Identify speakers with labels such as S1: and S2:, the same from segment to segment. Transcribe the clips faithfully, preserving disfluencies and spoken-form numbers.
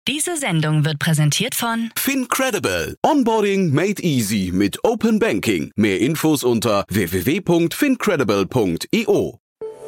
S1: Diese Sendung wird präsentiert von
S2: FinCredible. Onboarding made easy mit Open Banking. Mehr Infos unter w w w punkt fincredible punkt i o.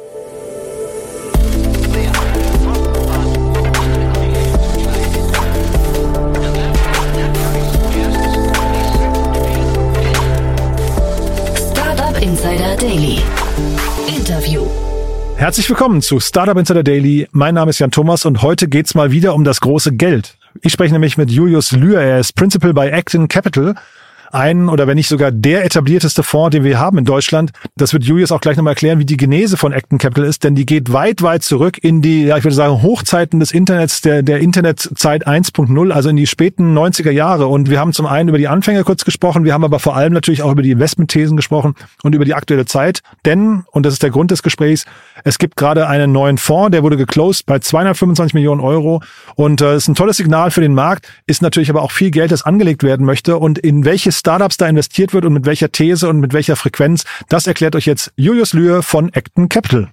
S1: Startup Insider Daily. Interview.
S3: Herzlich willkommen zu Startup Insider Daily. Mein Name ist Jan Thomas und heute geht's mal wieder um das große Geld. Ich spreche nämlich mit Julius Lühr. Er ist Principal bei Acton Capital. Ein oder wenn nicht sogar der etablierteste Fonds, den wir haben in Deutschland. Das wird Julius auch gleich nochmal erklären, wie die Genese von Acton Capital ist, denn die geht weit, weit zurück in die, ja, ich würde sagen, Hochzeiten des Internets, der, der Internetzeit eins Punkt null, also in die späten neunziger Jahre. Und wir haben zum einen über die Anfänge kurz gesprochen, wir haben aber vor allem natürlich auch über die Investmentthesen gesprochen und über die aktuelle Zeit. Denn, und das ist der Grund des Gesprächs, es gibt gerade einen neuen Fonds, der wurde geclosed bei zweihundertfünfundzwanzig Millionen Euro. Und äh, ist ein tolles Signal für den Markt, ist natürlich aber auch viel Geld, das angelegt werden möchte. Und in welches Startups da investiert wird und mit welcher These und mit welcher Frequenz, das erklärt euch jetzt Julius Lühr von Acton Capital.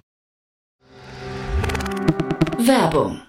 S1: Werbung.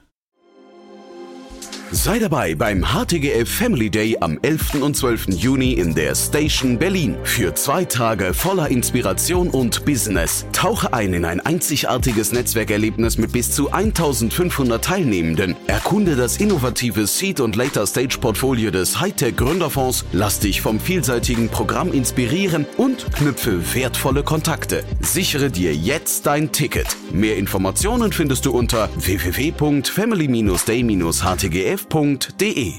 S2: Sei dabei beim H T G F Family Day am elften und zwölften Juni in der Station Berlin. Für zwei Tage voller Inspiration und Business. Tauche ein in ein einzigartiges Netzwerkerlebnis mit bis zu eintausendfünfhundert Teilnehmenden. Erkunde das innovative Seed- und Later-Stage-Portfolio des Hightech-Gründerfonds. Lass dich vom vielseitigen Programm inspirieren und knüpfe wertvolle Kontakte. Sichere dir jetzt dein Ticket. Mehr Informationen findest du unter w w w punkt family day dash h t g f punkt d e.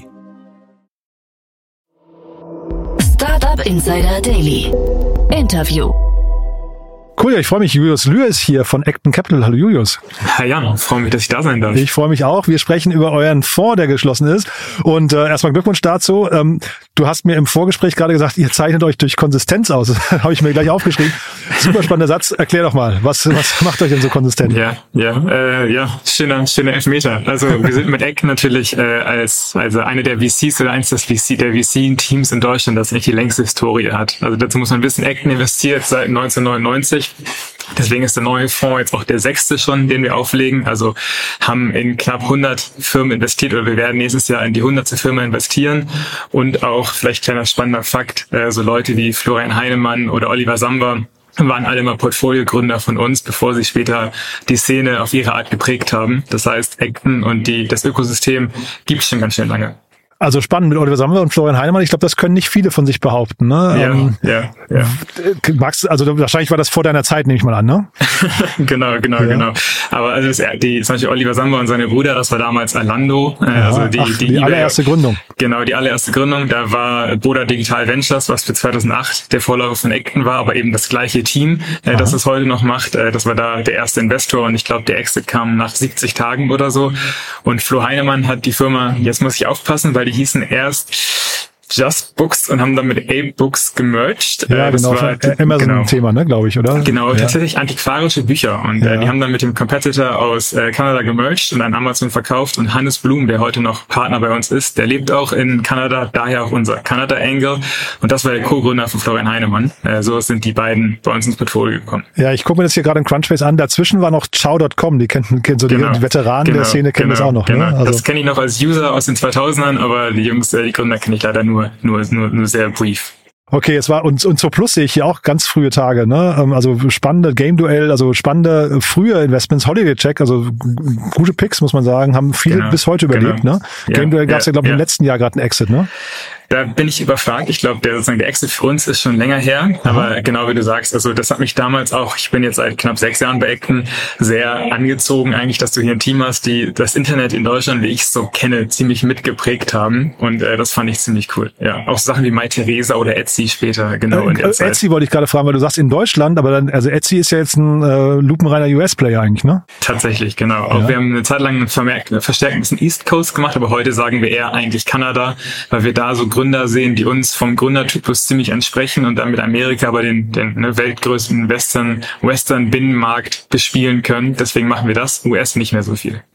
S1: Startup Insider Daily. Interview.
S3: Cool, ja, ich freue mich. Julius Lühr ist hier von Acton Capital. Hallo Julius.
S4: Hi Jan, freue mich, dass ich da sein darf.
S3: Ich freue mich auch. Wir sprechen über euren Fonds, der geschlossen ist. Und äh, erstmal Glückwunsch dazu. Ähm, du hast mir im Vorgespräch gerade gesagt, ihr zeichnet euch durch Konsistenz aus. Das habe ich mir gleich aufgeschrieben. Super spannender Satz. Erklär doch mal, was was macht euch denn so konsistent?
S4: Ja, ja, äh, ja, schöner, schöner Elfmeter. Also wir sind mit Acton natürlich äh, als also eine der V Cs oder eins des V C, der V C-Teams in Deutschland, das eigentlich die längste Historie hat. Also dazu muss man wissen, Acton investiert seit neunzehnhundertneunundneunzig. Deswegen ist der neue Fonds jetzt auch der sechste schon, den wir auflegen. Also haben in knapp hundert Firmen investiert oder wir werden nächstes Jahr in die hundertste Firma investieren. Und auch vielleicht kleiner spannender Fakt, äh, so Leute wie Florian Heinemann oder Oliver Samba waren alle mal Portfoliogründer von uns, bevor sie später die Szene auf ihre Art geprägt haben. Das heißt, Acton und die das Ökosystem gibt es schon ganz schön lange.
S3: Also spannend mit Oliver Samba und Florian Heinemann. Ich glaube, das können nicht viele von sich behaupten. Ne?
S4: Ja,
S3: ähm,
S4: ja, ja.
S3: Magst, also wahrscheinlich war das vor deiner Zeit, nehme ich mal an, ne?
S4: genau, genau, ja. genau. Aber also das, die, zum Beispiel Oliver Samba und seine Brüder, das war damals Alando. Äh,
S3: ja,
S4: also die,
S3: ach, die,
S4: die,
S3: die allererste Gründung.
S4: Genau, die allererste Gründung. Da war Boda Digital Ventures, was für zweitausendacht der Vorläufer von Acton war, aber eben das gleiche Team, äh, das es heute noch macht. Äh, das war da der erste Investor und ich glaube, der Exit kam nach siebzig Tagen oder so. Und Flo Heinemann hat die Firma, jetzt muss ich aufpassen, weil die hießen erst Just Books und haben dann mit A-Books gemerged.
S3: Ja,
S4: das
S3: genau,
S4: war
S3: Amazon-Thema, genau. ne, glaube ich, oder?
S4: Genau,
S3: ja.
S4: Tatsächlich antiquarische Bücher. Und
S3: ja.
S4: äh, die haben dann mit dem Competitor aus äh, Kanada gemerged und an Amazon verkauft. Und Hannes Blum, der heute noch Partner bei uns ist, der lebt auch in Kanada, daher auch unser Kanada-Angle. Und das war der Co-Gründer von Florian Heinemann. Äh, so sind die beiden bei uns ins Portfolio gekommen.
S3: Ja, ich gucke mir das hier gerade in Crunchbase an. Dazwischen war noch Ciao Punkt com. Die kennen, kennen so
S4: genau.
S3: die Veteranen
S4: genau.
S3: der Szene kennen
S4: genau.
S3: das auch noch.
S4: Genau.
S3: Ne? Also
S4: das kenne ich noch als User aus den zweitausendern, aber die Jungs, äh, die Gründer kenne ich leider nur, nur, nur, nur sehr brief.
S3: Okay, es war und und zur Plus sehe ich hier auch ganz frühe Tage, ne? Also spannende Game-Duell, also spannende frühe Investments, Holiday Check, also gute Picks, muss man sagen, haben viele
S4: genau.
S3: bis heute überlebt,
S4: genau.
S3: ne?
S4: Ja,
S3: Game-Duell gab es ja, ja glaube ich,
S4: ja.
S3: im letzten Jahr gerade einen Exit, ne?
S4: Da bin ich überfragt. Ich glaube, der sozusagen der Exit für uns ist schon länger her. Mhm. Aber genau wie du sagst, also das hat mich damals auch, ich bin jetzt seit knapp sechs Jahren bei Acton, sehr angezogen eigentlich, dass du hier ein Team hast, die das Internet in Deutschland, wie ich es so kenne, ziemlich mitgeprägt haben. Und äh, das fand ich ziemlich cool. Ja, auch Sachen wie MyTheresa oder Etsy später, genau.
S3: Äh, äh, Etsy wollte ich gerade fragen, weil du sagst in Deutschland, aber dann, also Etsy ist ja jetzt ein äh, lupenreiner U S-Player eigentlich, ne?
S4: Tatsächlich, genau. Auch
S3: ja.
S4: wir haben eine Zeit lang vermerkt, verstärkt ein bisschen East Coast gemacht, aber heute sagen wir eher eigentlich Kanada, weil wir da so Gründer sehen, die uns vom Gründertypus ziemlich entsprechen und dann mit Amerika aber den, den ne, weltgrößten Western, Western Binnenmarkt bespielen können. Deswegen machen wir das. U S nicht mehr so viel.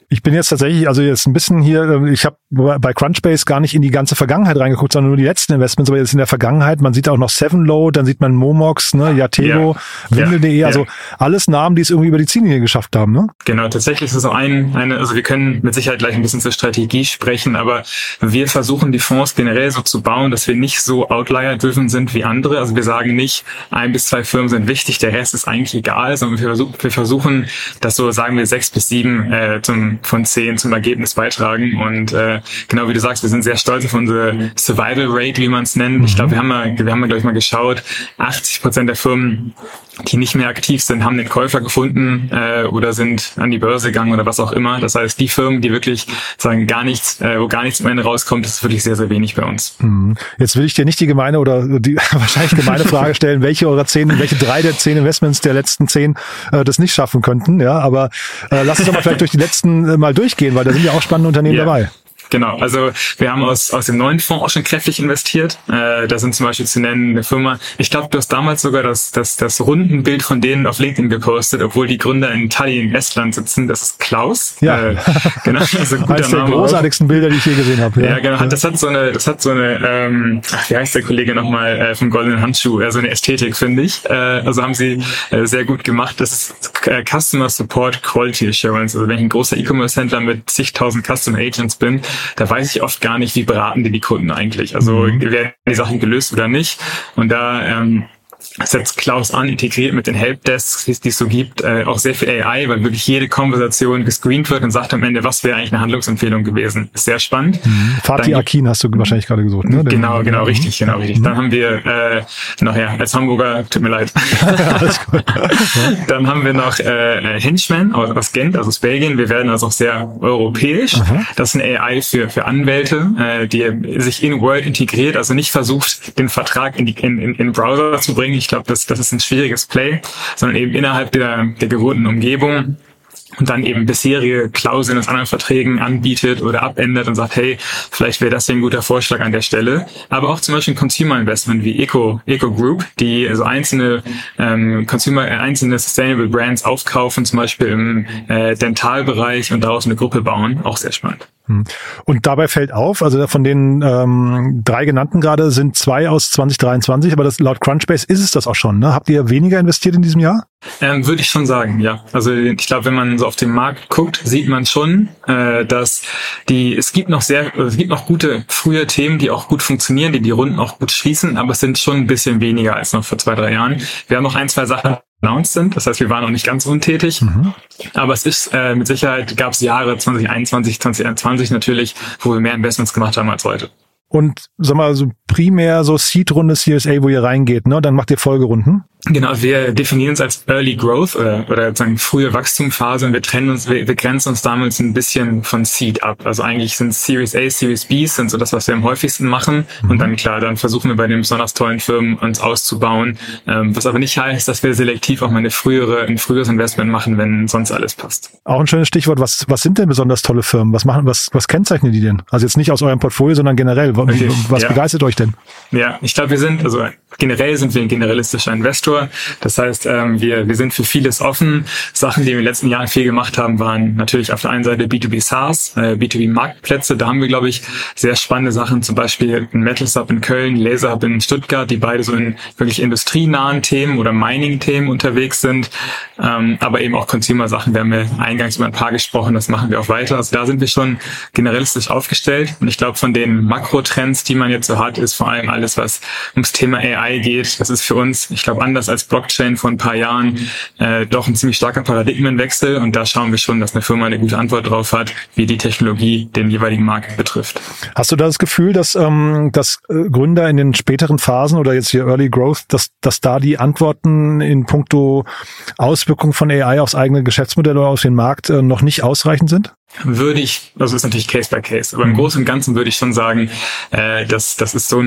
S3: Ich bin jetzt tatsächlich, also jetzt ein bisschen hier, ich habe bei Crunchbase gar nicht in die ganze Vergangenheit reingeguckt, sondern nur die letzten Investments, aber jetzt in der Vergangenheit, man sieht auch noch Sevenload, dann sieht man Momox, ne, Yatego, ja. Windel punkt de, ja. also ja. alles Namen, die es irgendwie über die Ziellinie geschafft haben, ne?
S4: Genau, tatsächlich ist es so ein, eine, also wir können mit Sicherheit gleich ein bisschen zur Strategie sprechen, aber wir versuchen die Fonds generell so zu bauen, dass wir nicht so outlier-driven sind wie andere. Also wir sagen nicht, ein bis zwei Firmen sind wichtig, der Rest ist eigentlich egal, sondern wir versuchen, wir versuchen, dass so, sagen wir, sechs bis sieben äh, zum, von zehn zum Ergebnis beitragen. Und äh, genau wie du sagst, wir sind sehr stolz auf unsere Survival Rate, wie man es nennt. Ich glaube, wir haben mal, wir haben mal, glaube ich, mal geschaut, achtzig Prozent der Firmen, die nicht mehr aktiv sind, haben den Käufer gefunden äh, oder sind an die Börse gegangen oder was auch immer. Das heißt, die Firmen, die wirklich sagen gar nichts, äh, wo gar nichts am Ende rauskommt, das ist wirklich sehr, sehr wenig bei uns.
S3: Jetzt will ich dir nicht die gemeine oder die wahrscheinlich gemeine Frage stellen, welche eurer zehn, welche drei der zehn Investments der letzten zehn äh, das nicht schaffen könnten. Ja, aber äh, lass uns doch mal vielleicht durch die letzten äh, mal durchgehen, weil da sind ja auch spannende Unternehmen yeah. dabei.
S4: Genau, also wir haben aus aus dem neuen Fonds auch schon kräftig investiert. Äh, da sind zum Beispiel zu nennen eine Firma, ich glaube, du hast damals sogar das das das Rundenbild von denen auf LinkedIn gepostet, obwohl die Gründer in Tallinn, Estland sitzen. Das ist Klaus.
S3: Ja,
S4: äh, genau. Also guter
S3: eines der
S4: Name
S3: großartigsten auch. Bilder, die ich je gesehen habe.
S4: Ja, ja genau. Das hat so eine, das hat so eine, ähm, ach, wie heißt der Kollege nochmal äh, vom Goldenen Handschuh? Äh, so eine Ästhetik, finde ich. Äh, also haben sie äh, sehr gut gemacht. Das ist äh, Customer Support Quality Assurance. Also wenn ich ein großer E-Commerce-Händler mit zigtausend Customer Agents bin, da weiß ich oft gar nicht, wie beraten die die Kunden eigentlich. Also mhm. werden die Sachen gelöst oder nicht. Und da ähm, setzt Klaus an, integriert mit den Helpdesks, die es so gibt, äh, auch sehr viel A I, weil wirklich jede Konversation gescreent wird und sagt am Ende, was wäre eigentlich eine Handlungsempfehlung gewesen. Ist sehr spannend.
S3: Mhm. Fatih Akin hast du wahrscheinlich gerade gesucht, ne?
S4: Genau, genau, richtig, genau, richtig. Mhm. Dann haben wir äh, noch, ja, als Hamburger, tut mir leid. Alles gut. Dann haben wir noch äh, Hinchman aus Gent, also aus Belgien. Wir werden also auch sehr europäisch. Aha. Das ist ein A I für für Anwälte, äh, die sich in Word integriert, also nicht versucht, den Vertrag in die in, in, in Browser zu bringen. Ich glaube, das, das ist ein schwieriges Play, sondern eben innerhalb der, der gewohnten Umgebung und dann eben bisherige Klauseln aus anderen Verträgen anbietet oder abändert und sagt, hey, vielleicht wäre das hier ein guter Vorschlag an der Stelle. Aber auch zum Beispiel ein Consumer Investment wie Eco, Eco Group, die also einzelne ähm, Consumer, äh, einzelne Sustainable Brands aufkaufen, zum Beispiel im äh, Dentalbereich und daraus eine Gruppe bauen. Auch sehr spannend.
S3: Und dabei fällt auf, also von den ähm, drei genannten gerade sind zwei aus zwanzig dreiundzwanzig, aber das laut Crunchbase ist es das auch schon, ne? Habt ihr weniger investiert in diesem Jahr?
S4: Ähm, würde ich schon sagen, ja. Also ich glaube, wenn man so auf den Markt guckt, sieht man schon, äh, dass die es gibt noch sehr, es gibt noch gute frühe Themen, die auch gut funktionieren, die die Runden auch gut schließen, aber es sind schon ein bisschen weniger als noch vor zwei, drei Jahren. Wir haben noch ein, zwei Sachen announced sind. Das heißt, wir waren noch nicht ganz untätig. Mhm. Aber es ist äh, mit Sicherheit, gab es Jahre zwanzig einundzwanzig, zwanzig einundzwanzig natürlich, wo wir mehr Investments gemacht haben als heute.
S3: Und sag mal, so primär so Seed-Runde, Series A, wo ihr reingeht, ne? Dann macht ihr Folgerunden.
S4: Genau, wir definieren es als Early Growth oder, oder sozusagen frühe Wachstumsphase und wir trennen uns, wir, wir grenzen uns damals ein bisschen von Seed ab. Also eigentlich sind Series A, Series B sind so das, was wir am häufigsten machen. Mhm. Und dann klar, dann versuchen wir bei den besonders tollen Firmen uns auszubauen. Ähm, was aber nicht heißt, dass wir selektiv auch mal eine frühere, ein früheres Investment machen, wenn sonst alles passt.
S3: Auch ein schönes Stichwort. Was, was sind denn besonders tolle Firmen? Was machen, was, was kennzeichnen die denn? Also jetzt nicht aus eurem Portfolio, sondern generell. Okay. Was ja. begeistert euch denn?
S4: Ja, ich glaube, wir sind, also generell sind wir ein generalistischer Investor. Das heißt, ähm, wir wir sind für vieles offen. Sachen, die wir in den letzten Jahren viel gemacht haben, waren natürlich auf der einen Seite B zwei B SaaS, äh, B zwei B Marktplätze. Da haben wir, glaube ich, sehr spannende Sachen. Zum Beispiel ein Metal Hub in Köln, Laser Hub in Stuttgart, die beide so in wirklich industrienahen Themen oder Mining-Themen unterwegs sind. Ähm, aber eben auch Consumer-Sachen. Wir haben ja eingangs über ein paar gesprochen. Das machen wir auch weiter. Also da sind wir schon generalistisch aufgestellt. Und ich glaube, von den Makrotrends, die man jetzt so hat, ist vor allem alles, was ums Thema A I geht. Das ist für uns, ich glaube, anders als Blockchain vor ein paar Jahren, äh, doch ein ziemlich starker Paradigmenwechsel. Und da schauen wir schon, dass eine Firma eine gute Antwort drauf hat, wie die Technologie den jeweiligen Markt betrifft.
S3: Hast du da das Gefühl, dass, ähm, dass äh, Gründer in den späteren Phasen oder jetzt hier Early Growth, dass, dass da die Antworten in puncto Auswirkungen von A I aufs eigene Geschäftsmodell oder auf den Markt äh, noch nicht ausreichend sind?
S4: Würde ich, also ist natürlich Case by Case, aber im Großen und Ganzen würde ich schon sagen, äh, dass das ist so ein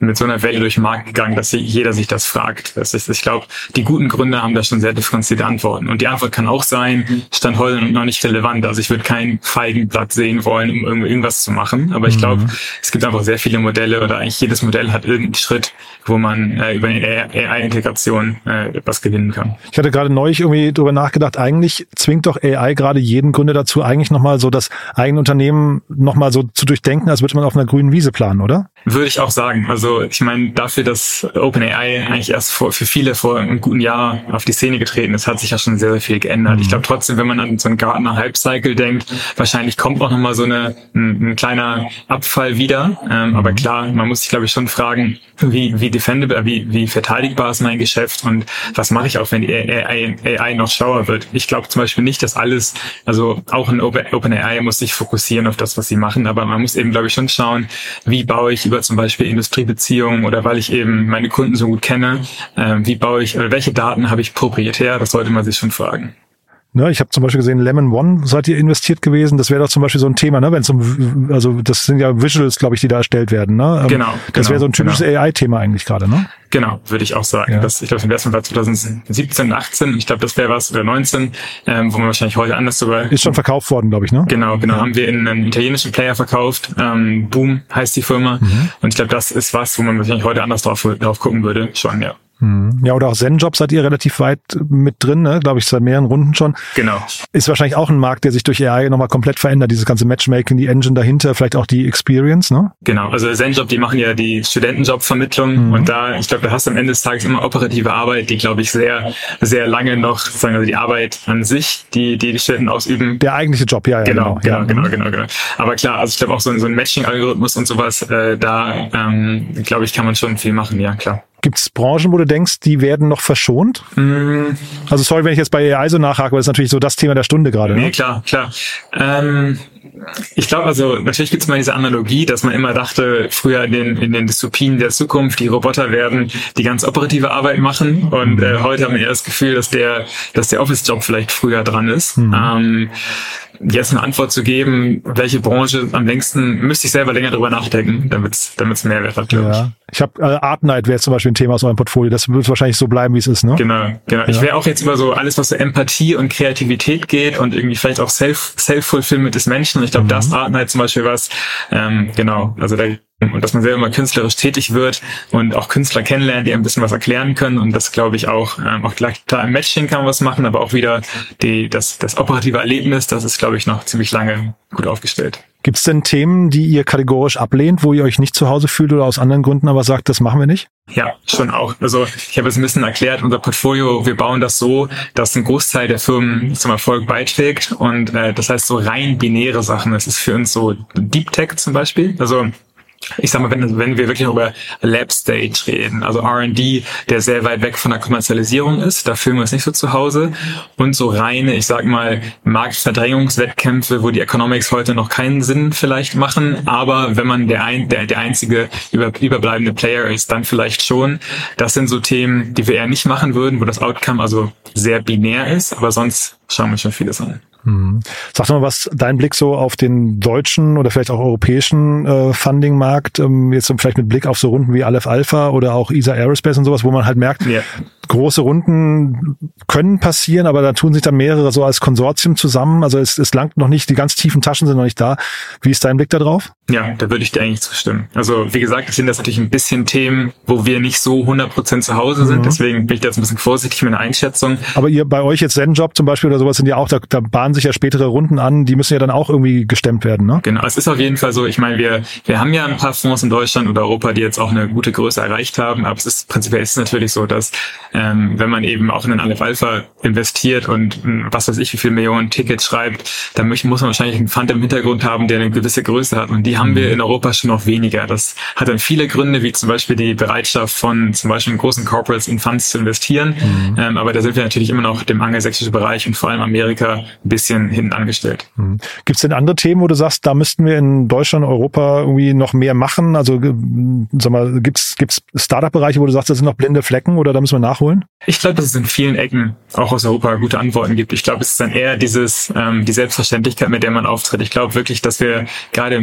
S4: mit so einer Welle durch den Markt gegangen, dass jeder sich das fragt. Das ist, ich glaube, die guten Gründer haben da schon sehr differenzierte Antworten. Und die Antwort kann auch sein, Stand heute noch nicht relevant. Also ich würde kein Feigenblatt sehen wollen, um irgendwas zu machen. Aber ich glaube, mhm. es gibt einfach sehr viele Modelle oder eigentlich jedes Modell hat irgendeinen Schritt, wo man äh, über eine A I-Integration äh, etwas gewinnen kann.
S3: Ich hatte gerade neulich irgendwie drüber nachgedacht, eigentlich zwingt doch A I gerade jeden Gründer dazu, eigentlich nochmal so das eigene Unternehmen nochmal so zu durchdenken, als würde man auf einer grünen Wiese planen, oder?
S4: Würde ich auch sagen. Also ich meine, dafür, dass OpenAI eigentlich erst vor, für viele vor einem guten Jahr auf die Szene getreten ist, hat sich ja schon sehr, sehr viel geändert. Mhm. Ich glaube trotzdem, wenn man an so einen Gartner-Hype-Cycle denkt, wahrscheinlich kommt auch nochmal so eine, ein, ein kleiner Abfall wieder. Ähm, mhm. Aber klar, man muss sich, glaube ich, schon fragen, wie, wie defendable, wie, wie verteidigbar ist mein Geschäft und was mache ich auch, wenn die A I, A I noch schlauer wird. Ich glaube zum Beispiel nicht, dass alles, also auch ein OpenAI muss sich fokussieren auf das, was sie machen, aber man muss eben, glaube ich, schon schauen, wie baue ich über zum Beispiel Industriebeziehungen oder weil ich eben meine Kunden so gut kenne, äh, wie baue ich, oder welche Daten habe ich proprietär, das sollte man sich schon fragen.
S3: Ne, ich habe zum Beispiel gesehen, Lemon One seid ihr investiert gewesen. Das wäre doch zum Beispiel so ein Thema, ne? Wenn es um, also das sind ja Visuals, glaube ich, die da erstellt werden, ne?
S4: Genau.
S3: Das wäre
S4: genau,
S3: so ein typisches
S4: genau.
S3: A I-Thema eigentlich gerade, ne?
S4: Genau, würde ich auch sagen. Ja. Das, ich glaube, das Investment war zwanzig siebzehn, achtzehn. Ich glaube, das wäre was oder neunzehn, ähm, wo man wahrscheinlich heute anders sogar.
S3: Ist schon verkauft worden, glaube ich, ne?
S4: Genau, genau. Ja. Haben wir in einen italienischen Player verkauft. Ähm, Boom heißt die Firma. Mhm. Und ich glaube, das ist was, wo man wahrscheinlich heute anders drauf, drauf gucken würde. Schon, ja.
S3: Ja, oder auch ZenJob seid ihr relativ weit mit drin, ne? Glaube ich, seit mehreren Runden schon.
S4: Genau.
S3: Ist wahrscheinlich auch ein Markt, der sich durch A I nochmal komplett verändert. Dieses ganze Matchmaking, die Engine dahinter, vielleicht auch die Experience, ne?
S4: Genau, also ZenJob, die machen ja die Studentenjobvermittlung mhm. und da, ich glaube, da hast du am Ende des Tages immer operative Arbeit, die, glaube ich, sehr, sehr lange noch, sagen wir, die Arbeit an sich, die die, die Studenten ausüben.
S3: Der eigentliche Job, ja, ja.
S4: Genau, genau,
S3: ja.
S4: genau, genau, genau. Aber klar, also ich glaube auch so, so ein Matching-Algorithmus und sowas, äh, da, ähm, glaube ich, kann man schon viel machen, ja, klar.
S3: Gibt es Branchen, wo du denkst, die werden noch verschont? Mm. Also sorry, wenn ich jetzt bei A I so nachhake, aber das ist natürlich so das Thema der Stunde gerade.
S4: Nee,
S3: ne?
S4: klar, klar. Ähm, ich glaube, also natürlich gibt es mal diese Analogie, dass man immer dachte, früher in den, in den Dystopien der Zukunft, die Roboter werden die ganz operative Arbeit machen und äh, heute haben wir eher das Gefühl, dass der, dass der Office-Job vielleicht früher dran ist. Mhm. Ähm, jetzt eine Antwort zu geben, welche Branche am längsten, müsste ich selber länger drüber nachdenken, damit es damit es Mehrwert hat, glaube
S3: ja. ich. Ich habe äh, Artnight wäre jetzt zum Beispiel ein Thema aus eurem Portfolio. Das wird wahrscheinlich so bleiben, wie es ist, ne?
S4: Genau, genau. Ja. Ich wäre auch jetzt über so alles, was so Empathie und Kreativität geht und irgendwie vielleicht auch Self Self-Fulfillment des Menschen. Und ich glaube, mhm. das Artnight zum Beispiel was. Ähm, genau, also da und dass man selber mal künstlerisch tätig wird und auch Künstler kennenlernt, die ein bisschen was erklären können. Und das glaube ich auch, ähm, auch gleich da im Matching kann man was machen, aber auch wieder die das das operative Erlebnis, das ist, glaube ich, noch ziemlich lange gut aufgestellt.
S3: Gibt es denn Themen, die ihr kategorisch ablehnt, wo ihr euch nicht zu Hause fühlt oder aus anderen Gründen aber sagt, das machen wir nicht?
S4: Ja, schon auch. Also ich habe es ein bisschen erklärt, unser Portfolio, wir bauen das so, dass ein Großteil der Firmen zum Erfolg beiträgt. Und äh, das heißt so rein binäre Sachen. Das ist für uns so Deep Tech zum Beispiel. Also ich sag mal, wenn, wenn wir wirklich über Lab Stage reden, also R and D, der sehr weit weg von der Kommerzialisierung ist, da fühlen wir uns nicht so zu Hause. Und so reine, ich sag mal, Marktverdrängungswettkämpfe, wo die Economics heute noch keinen Sinn vielleicht machen, aber wenn man der ein, der, der einzige über, überbleibende Player ist, dann vielleicht schon. Das sind so Themen, die wir eher nicht machen würden, wo das Outcome also sehr binär ist, aber sonst schauen wir schon vieles an.
S3: Hm. Sag doch mal, was dein Blick so auf den deutschen oder vielleicht auch europäischen äh, Funding-Markt, ähm, jetzt vielleicht mit Blick auf so Runden wie Aleph Alpha oder auch E S A Aerospace und sowas, wo man halt merkt, yeah. große Runden können passieren, aber da tun sich dann mehrere so als Konsortium zusammen. Also es, es langt noch nicht, die ganz tiefen Taschen sind noch nicht da. Wie ist dein Blick da drauf?
S4: Ja, da würde ich dir eigentlich zustimmen. Also wie gesagt, sind das natürlich ein bisschen Themen, wo wir nicht so hundert Prozent zu Hause sind. Mhm. Deswegen bin ich da jetzt ein bisschen vorsichtig mit einer Einschätzung.
S3: Aber ihr bei euch jetzt ZenJob zum Beispiel oder sowas sind ja auch, da, da bahnen sich ja spätere Runden an, die müssen ja dann auch irgendwie gestemmt werden, ne?
S4: Genau, es ist auf jeden Fall so. Ich meine, wir wir haben ja ein paar Fonds in Deutschland oder Europa, die jetzt auch eine gute Größe erreicht haben. Aber es ist prinzipiell ist es natürlich so, dass ähm, wenn man eben auch in einen Aleph Alpha investiert und was weiß ich, wie viele Millionen Tickets schreibt, dann muss man wahrscheinlich einen Fund im Hintergrund haben, der eine gewisse Größe hat. Und die haben wir in Europa schon noch weniger. Das hat dann viele Gründe, wie zum Beispiel die Bereitschaft von zum Beispiel großen Corporates in Funds zu investieren. Mhm. Ähm, aber da sind wir natürlich immer noch dem angelsächsischen Bereich und vor allem Amerika ein bisschen hinten angestellt.
S3: Mhm. Gibt es denn andere Themen, wo du sagst, da müssten wir in Deutschland, Europa irgendwie noch mehr machen? Also sag mal, gibt's gibt's Startup-Bereiche, wo du sagst, das sind noch blinde Flecken oder da müssen wir nachholen?
S4: Ich glaube, dass es in vielen Ecken auch aus Europa gute Antworten gibt. Ich glaube, es ist dann eher dieses ähm, die Selbstverständlichkeit, mit der man auftritt. Ich glaube wirklich, dass wir gerade im M I N T-Bereich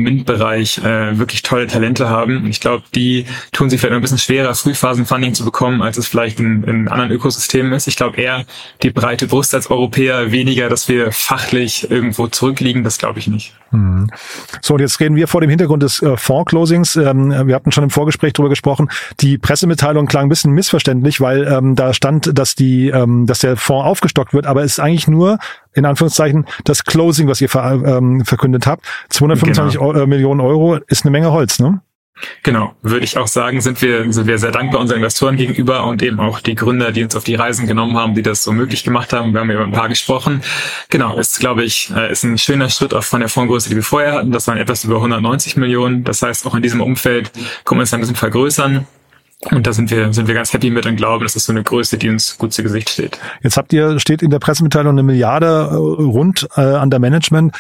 S4: Bereich äh, wirklich tolle Talente haben. Ich glaube, die tun sich vielleicht noch ein bisschen schwerer, Frühphasen-Funding zu bekommen, als es vielleicht in, in anderen Ökosystemen ist. Ich glaube eher die breite Brust als Europäer, weniger, dass wir fachlich irgendwo zurückliegen, das glaube ich nicht.
S3: Hm. So, und jetzt reden wir vor dem Hintergrund des äh, Fonds-Closings. Ähm, wir hatten schon im Vorgespräch drüber gesprochen. Die Pressemitteilung klang ein bisschen missverständlich, weil ähm, da stand, dass die, ähm, dass der Fonds aufgestockt wird, aber es ist eigentlich nur in Anführungszeichen das Closing, was ihr ver, ähm, verkündet habt. zweihundertfünfundzwanzig genau. Millionen Euro ist eine Menge Holz, ne?
S4: Genau, würde ich auch sagen, sind wir, sind wir sehr dankbar unseren Investoren gegenüber und eben auch die Gründer, die uns auf die Reisen genommen haben, die das so möglich gemacht haben. Wir haben über ein paar gesprochen. Genau, ist, glaube ich, ist ein schöner Schritt auch von der Fondsgröße, die wir vorher hatten. Das waren etwas über hundertneunzig Millionen. Das heißt, auch in diesem Umfeld können wir uns ein bisschen vergrößern. Und da sind wir, sind wir ganz happy mit und glauben, das ist so eine Größe, die uns gut zu Gesicht steht.
S3: Jetzt habt ihr, steht in der Pressemitteilung eine Milliarde rund äh, an der Management.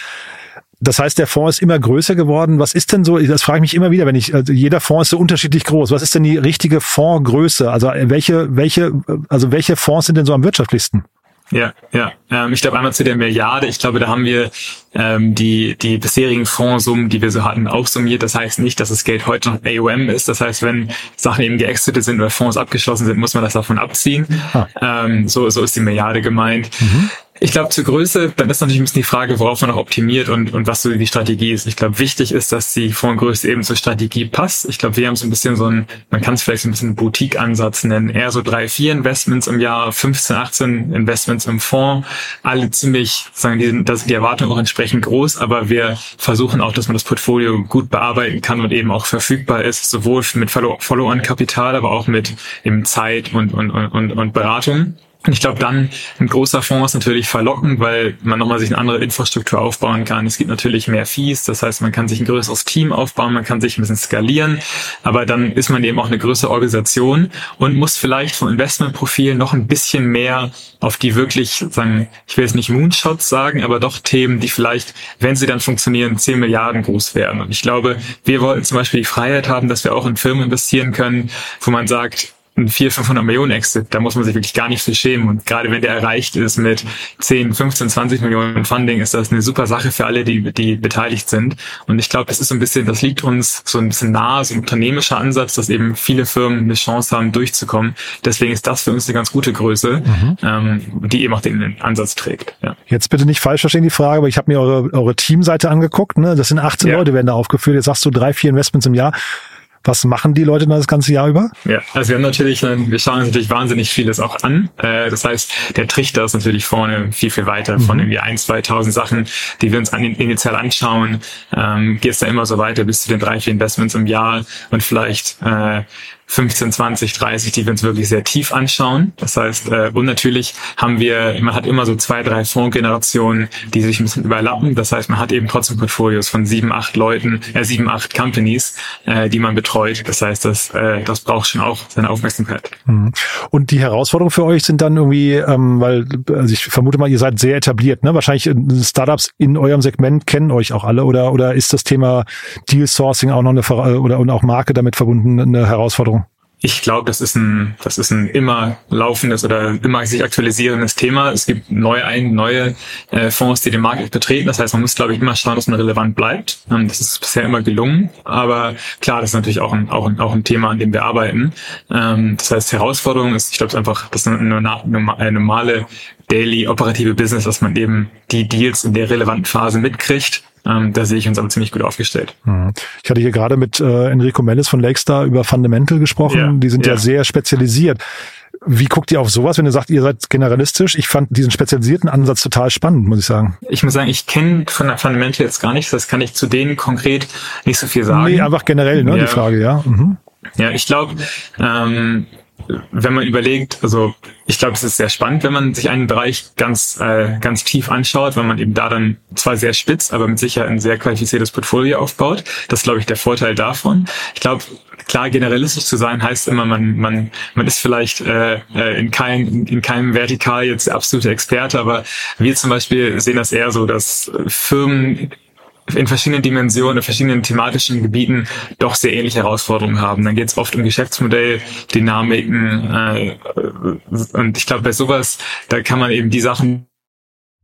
S3: Das heißt, der Fonds ist immer größer geworden. Was ist denn so, das frage ich mich immer wieder, wenn ich, also jeder Fonds ist so unterschiedlich groß. Was ist denn die richtige Fondsgröße? Also welche, welche, also welche Fonds sind denn so am wirtschaftlichsten?
S4: Ja, ja. Ähm, ich glaube einmal zu der Milliarde. Ich glaube, da haben wir ähm, die die bisherigen Fondssummen, die wir so hatten, auch summiert. Das heißt nicht, dass das Geld heute noch A U M ist. Das heißt, wenn Sachen eben geexitet sind oder Fonds abgeschlossen sind, muss man das davon abziehen. Ah. Ähm, so so ist die Milliarde gemeint. Mhm. Ich glaube, zur Größe, dann ist natürlich ein bisschen die Frage, worauf man noch optimiert und und was so die Strategie ist. Ich glaube, wichtig ist, dass die Fondsgröße eben zur Strategie passt. Ich glaube, wir haben so ein bisschen so ein, man kann es vielleicht so ein bisschen Boutique-Ansatz nennen, eher so drei, vier Investments im Jahr, fünfzehn, achtzehn Investments im Fonds, alle ziemlich, sagen die, da sind die Erwartungen auch entsprechend groß, aber wir versuchen auch, dass man das Portfolio gut bearbeiten kann und eben auch verfügbar ist, sowohl mit Follow-on-Kapital, aber auch mit eben Zeit und und und und Beratung. Und ich glaube, dann ein großer Fonds ist natürlich verlockend, weil man nochmal sich eine andere Infrastruktur aufbauen kann. Es gibt natürlich mehr Fees, das heißt, man kann sich ein größeres Team aufbauen, man kann sich ein bisschen skalieren, aber dann ist man eben auch eine größere Organisation und muss vielleicht vom Investmentprofil noch ein bisschen mehr auf die wirklich, sagen, ich will jetzt nicht Moonshots sagen, aber doch Themen, die vielleicht, wenn sie dann funktionieren, zehn Milliarden groß werden. Und ich glaube, wir wollten zum Beispiel die Freiheit haben, dass wir auch in Firmen investieren können, wo man sagt, ein vierhundert, fünfhundert Millionen Exit, da muss man sich wirklich gar nicht für schämen. Und gerade wenn der erreicht ist mit zehn, fünfzehn, zwanzig Millionen Funding, ist das eine super Sache für alle, die die beteiligt sind. Und ich glaube, das ist so ein bisschen, das liegt uns so ein bisschen nahe, so ein unternehmischer Ansatz, dass eben viele Firmen eine Chance haben, durchzukommen. Deswegen ist das für uns eine ganz gute Größe, mhm. ähm, die eben auch den Ansatz trägt. Ja.
S3: Jetzt bitte nicht falsch verstehen die Frage, aber ich habe mir eure, eure Teamseite angeguckt. Ne? Das sind achtzehn ja. Leute, werden da aufgeführt. Jetzt sagst du drei, vier Investments im Jahr. Was machen die Leute das ganze Jahr über?
S4: Ja, also wir haben natürlich, wir schauen uns natürlich wahnsinnig vieles auch an. Das heißt, der Trichter ist natürlich vorne viel, viel weiter. Von irgendwie ein, zweitausend Sachen, die wir uns an, initial anschauen, ähm, geht es da immer so weiter bis zu den drei, vier Investments im Jahr und vielleicht äh, fünfzehn, zwanzig, dreißig, die wir uns wirklich sehr tief anschauen. Das heißt, äh, und natürlich haben wir, man hat immer so zwei, drei Fondsgenerationen, die sich ein bisschen überlappen. Das heißt, man hat eben trotzdem Portfolios von sieben, acht Leuten, äh, sieben, acht Companies, äh, die man betreut. Das heißt, das, äh, das braucht schon auch seine Aufmerksamkeit.
S3: Und die Herausforderungen für euch sind dann irgendwie, ähm, weil, also ich vermute mal, ihr seid sehr etabliert, ne? Wahrscheinlich Startups in eurem Segment kennen euch auch alle, oder, oder ist das Thema Deal Sourcing auch noch eine, oder, und auch Marke damit verbunden, eine Herausforderung?
S4: Ich glaube, das ist ein, das ist ein immer laufendes oder immer sich aktualisierendes Thema. Es gibt neue ein, neue äh, Fonds, die den Markt betreten. Das heißt, man muss, glaube ich, immer schauen, dass man relevant bleibt. Ähm, das ist bisher immer gelungen. Aber klar, das ist natürlich auch ein, auch ein, auch ein Thema, an dem wir arbeiten. Ähm, das heißt, Herausforderung ist, ich glaube, es ist einfach, das ist eine, eine, eine normale daily operative Business, dass man eben die Deals in der relevanten Phase mitkriegt. Ähm, da sehe ich uns aber ziemlich gut aufgestellt.
S3: Ich hatte hier gerade mit äh, Enrico Mellis von Lakestar über Fundamental gesprochen. Ja, die sind ja. ja sehr spezialisiert. Wie guckt ihr auf sowas, wenn ihr sagt, ihr seid generalistisch? Ich fand diesen spezialisierten Ansatz total spannend, muss ich sagen.
S4: Ich muss sagen, ich kenne von der Fundamental jetzt gar nichts. Das kann ich zu denen konkret nicht so viel sagen.
S3: Nee, einfach generell, ne, ja. die Frage, ja. Mhm.
S4: Ja, ich glaube, ähm, wenn man überlegt, also ich glaube, es ist sehr spannend, wenn man sich einen Bereich ganz äh, ganz tief anschaut, weil man eben da dann zwar sehr spitz, aber mit Sicherheit ein sehr qualifiziertes Portfolio aufbaut. Das ist, glaube ich, der Vorteil davon. Ich glaube, klar, generalistisch zu sein heißt immer, man man man ist vielleicht äh, in keinem in keinem Vertikal jetzt der absolute Experte, aber wir zum Beispiel sehen das eher so, dass Firmen in verschiedenen Dimensionen, in verschiedenen thematischen Gebieten doch sehr ähnliche Herausforderungen haben. Dann geht es oft um Geschäftsmodell, Dynamiken äh, und ich glaube, bei sowas, da kann man eben die Sachen,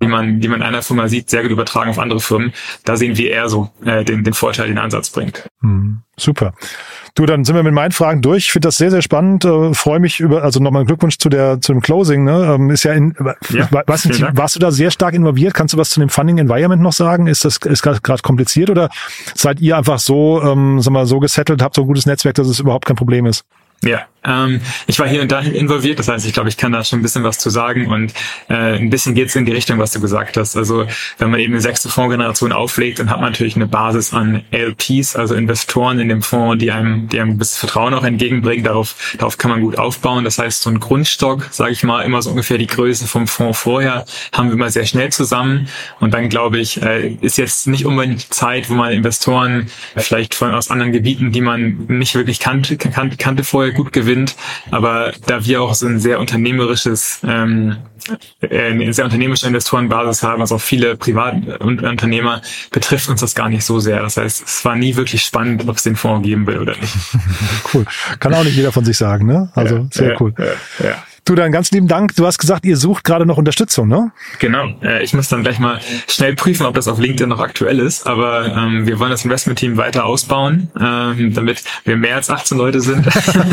S4: die man, die man in einer Firma sieht, sehr gut übertragen auf andere Firmen. Da sehen wir eher so äh, den, den Vorteil, den der Ansatz bringt.
S3: Hm, super. Du, dann sind wir mit meinen Fragen durch. Ich finde das sehr, sehr spannend. Äh, freue mich über, also nochmal Glückwunsch zu der, zu dem Closing, ne? Ähm, ist ja in,
S4: ja,
S3: weiß nicht, warst du da sehr stark involviert? Kannst du was zu dem Funding Environment noch sagen? Ist das, ist gerade kompliziert oder seid ihr einfach so, ähm, sag mal, so gesettelt, habt so ein gutes Netzwerk, dass es überhaupt kein Problem ist?
S4: Ja, ähm, ich war hier und da involviert, das heißt, ich glaube, ich kann da schon ein bisschen was zu sagen und äh, ein bisschen geht's in die Richtung, was du gesagt hast. Also wenn man eben eine sechste Fondsgeneration auflegt, dann hat man natürlich eine Basis an L Ps, also Investoren in dem Fonds, die einem, die einem das Vertrauen auch entgegenbringen. Darauf, darauf kann man gut aufbauen. Das heißt, so ein Grundstock, sage ich mal, immer so ungefähr die Größe vom Fonds vorher, haben wir immer sehr schnell zusammen. Und dann glaube ich, äh, ist jetzt nicht unbedingt die Zeit, wo man Investoren vielleicht von aus anderen Gebieten, die man nicht wirklich kannte, kannte, kannte vorher, gut gewinnt, aber da wir auch so ein sehr unternehmerisches, ähm, eine sehr unternehmerische Investorenbasis haben, also auch viele Privatunternehmer, betrifft uns das gar nicht so sehr. Das heißt, es war nie wirklich spannend, ob es den Fonds geben will oder nicht.
S3: Cool. Kann auch nicht jeder von sich sagen, ne? Also ja, sehr
S4: ja,
S3: cool.
S4: Ja, ja.
S3: Du, dann ganz lieben Dank. Du hast gesagt, ihr sucht gerade noch Unterstützung, ne?
S4: Genau. Äh, ich muss dann gleich mal schnell prüfen, ob das auf LinkedIn noch aktuell ist. Aber ähm, wir wollen das Investment-Team weiter ausbauen, ähm, damit wir mehr als achtzehn Leute sind.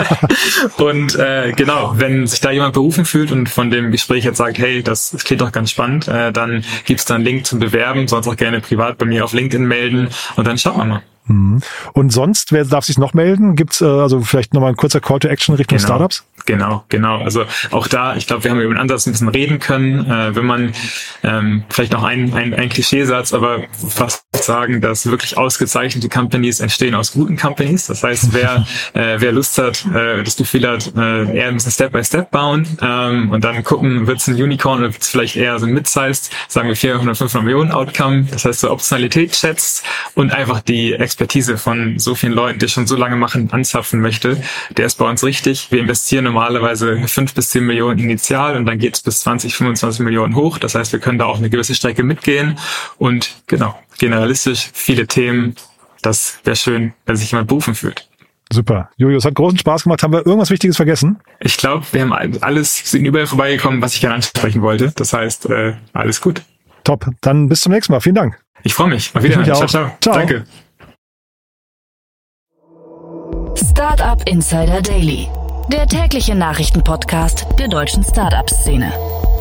S4: Und äh, genau, wenn sich da jemand berufen fühlt und von dem Gespräch jetzt sagt, hey, das, das klingt doch ganz spannend, äh, dann gibt's da einen Link zum Bewerben. Sonst auch gerne privat bei mir auf LinkedIn melden. Und dann schauen wir mal.
S3: Und sonst, wer darf sich noch melden? Gibt's äh, also vielleicht nochmal ein kurzer Call to Action Richtung
S4: genau,
S3: Startups?
S4: Genau, genau. Also auch da, ich glaube, wir haben über den Ansatz ein bisschen reden können. Äh, wenn man ähm, vielleicht noch ein, ein, ein Klischeesatz, aber fast sagen, dass wirklich ausgezeichnete Companies entstehen aus guten Companies. Das heißt, wer äh, wer Lust hat, äh, das Gefühl hat, äh, eher ein bisschen Step by Step bauen ähm, und dann gucken, wird's ein Unicorn oder wird's vielleicht eher so ein Mid-Sized, sagen wir vierhundert, fünfhundert Millionen Outcome. Das heißt, so Optionalität schätzt und einfach die Expertise von so vielen Leuten, die schon so lange machen, anzapfen möchte, der ist bei uns richtig. Wir investieren normalerweise fünf bis zehn Millionen initial und dann geht's bis zwanzig, fünfundzwanzig Millionen hoch. Das heißt, wir können da auch eine gewisse Strecke mitgehen und genau, generalistisch viele Themen. Das wäre schön, wenn sich jemand berufen fühlt.
S3: Super. Julius, hat großen Spaß gemacht. Haben wir irgendwas Wichtiges vergessen?
S4: Ich glaube, wir haben alles, sind überall vorbeigekommen, was ich gerne ansprechen wollte. Das heißt, äh, alles gut.
S3: Top. Dann bis zum nächsten Mal. Vielen Dank.
S4: Ich freue mich. Auf Wiedersehen. Ciao, ciao.
S3: Ciao.
S4: Danke.
S1: Startup Insider Daily, der tägliche Nachrichtenpodcast der deutschen Startup-Szene.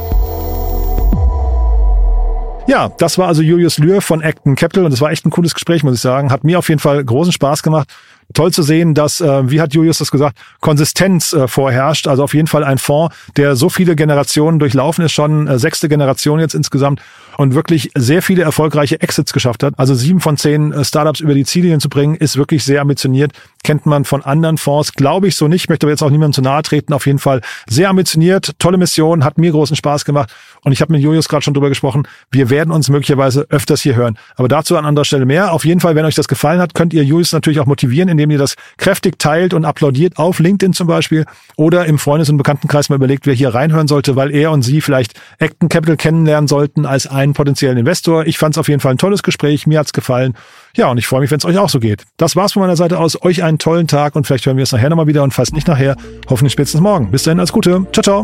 S3: Ja, das war also Julius Lühr von Acton Capital und es war echt ein cooles Gespräch, muss ich sagen. Hat mir auf jeden Fall großen Spaß gemacht. Toll zu sehen, dass, äh, wie hat Julius das gesagt, Konsistenz äh, vorherrscht. Also auf jeden Fall ein Fonds, der so viele Generationen durchlaufen ist, schon äh, sechste Generation jetzt insgesamt und wirklich sehr viele erfolgreiche Exits geschafft hat. Also sieben von zehn äh, Startups über die Ziellinie zu bringen, ist wirklich sehr ambitioniert. Kennt man von anderen Fonds, glaube ich so nicht. Möchte aber jetzt auch niemandem zu nahe treten. Auf jeden Fall sehr ambitioniert, tolle Mission, hat mir großen Spaß gemacht. Und ich habe mit Julius gerade schon drüber gesprochen. Wir werden uns möglicherweise öfters hier hören. Aber dazu an anderer Stelle mehr. Auf jeden Fall, wenn euch das gefallen hat, könnt ihr Julius natürlich auch motivieren, indem ihr das kräftig teilt und applaudiert auf LinkedIn zum Beispiel oder im Freundes- und Bekanntenkreis mal überlegt, wer hier reinhören sollte, weil er und sie vielleicht Acton Capital kennenlernen sollten als einen potenziellen Investor. Ich fand es auf jeden Fall ein tolles Gespräch. Mir hat's gefallen. Ja, und ich freue mich, wenn es euch auch so geht. Das war's von meiner Seite aus. Euch einen tollen Tag und vielleicht hören wir es nachher nochmal wieder und falls nicht nachher, hoffentlich spätestens morgen. Bis dahin, alles Gute. Ciao, ciao.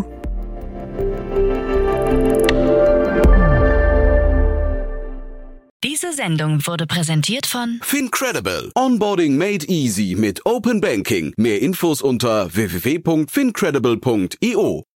S1: Diese Sendung wurde präsentiert von
S2: FinCredible. Onboarding made easy mit Open Banking. Mehr Infos unter w w w punkt fincredible punkt i o.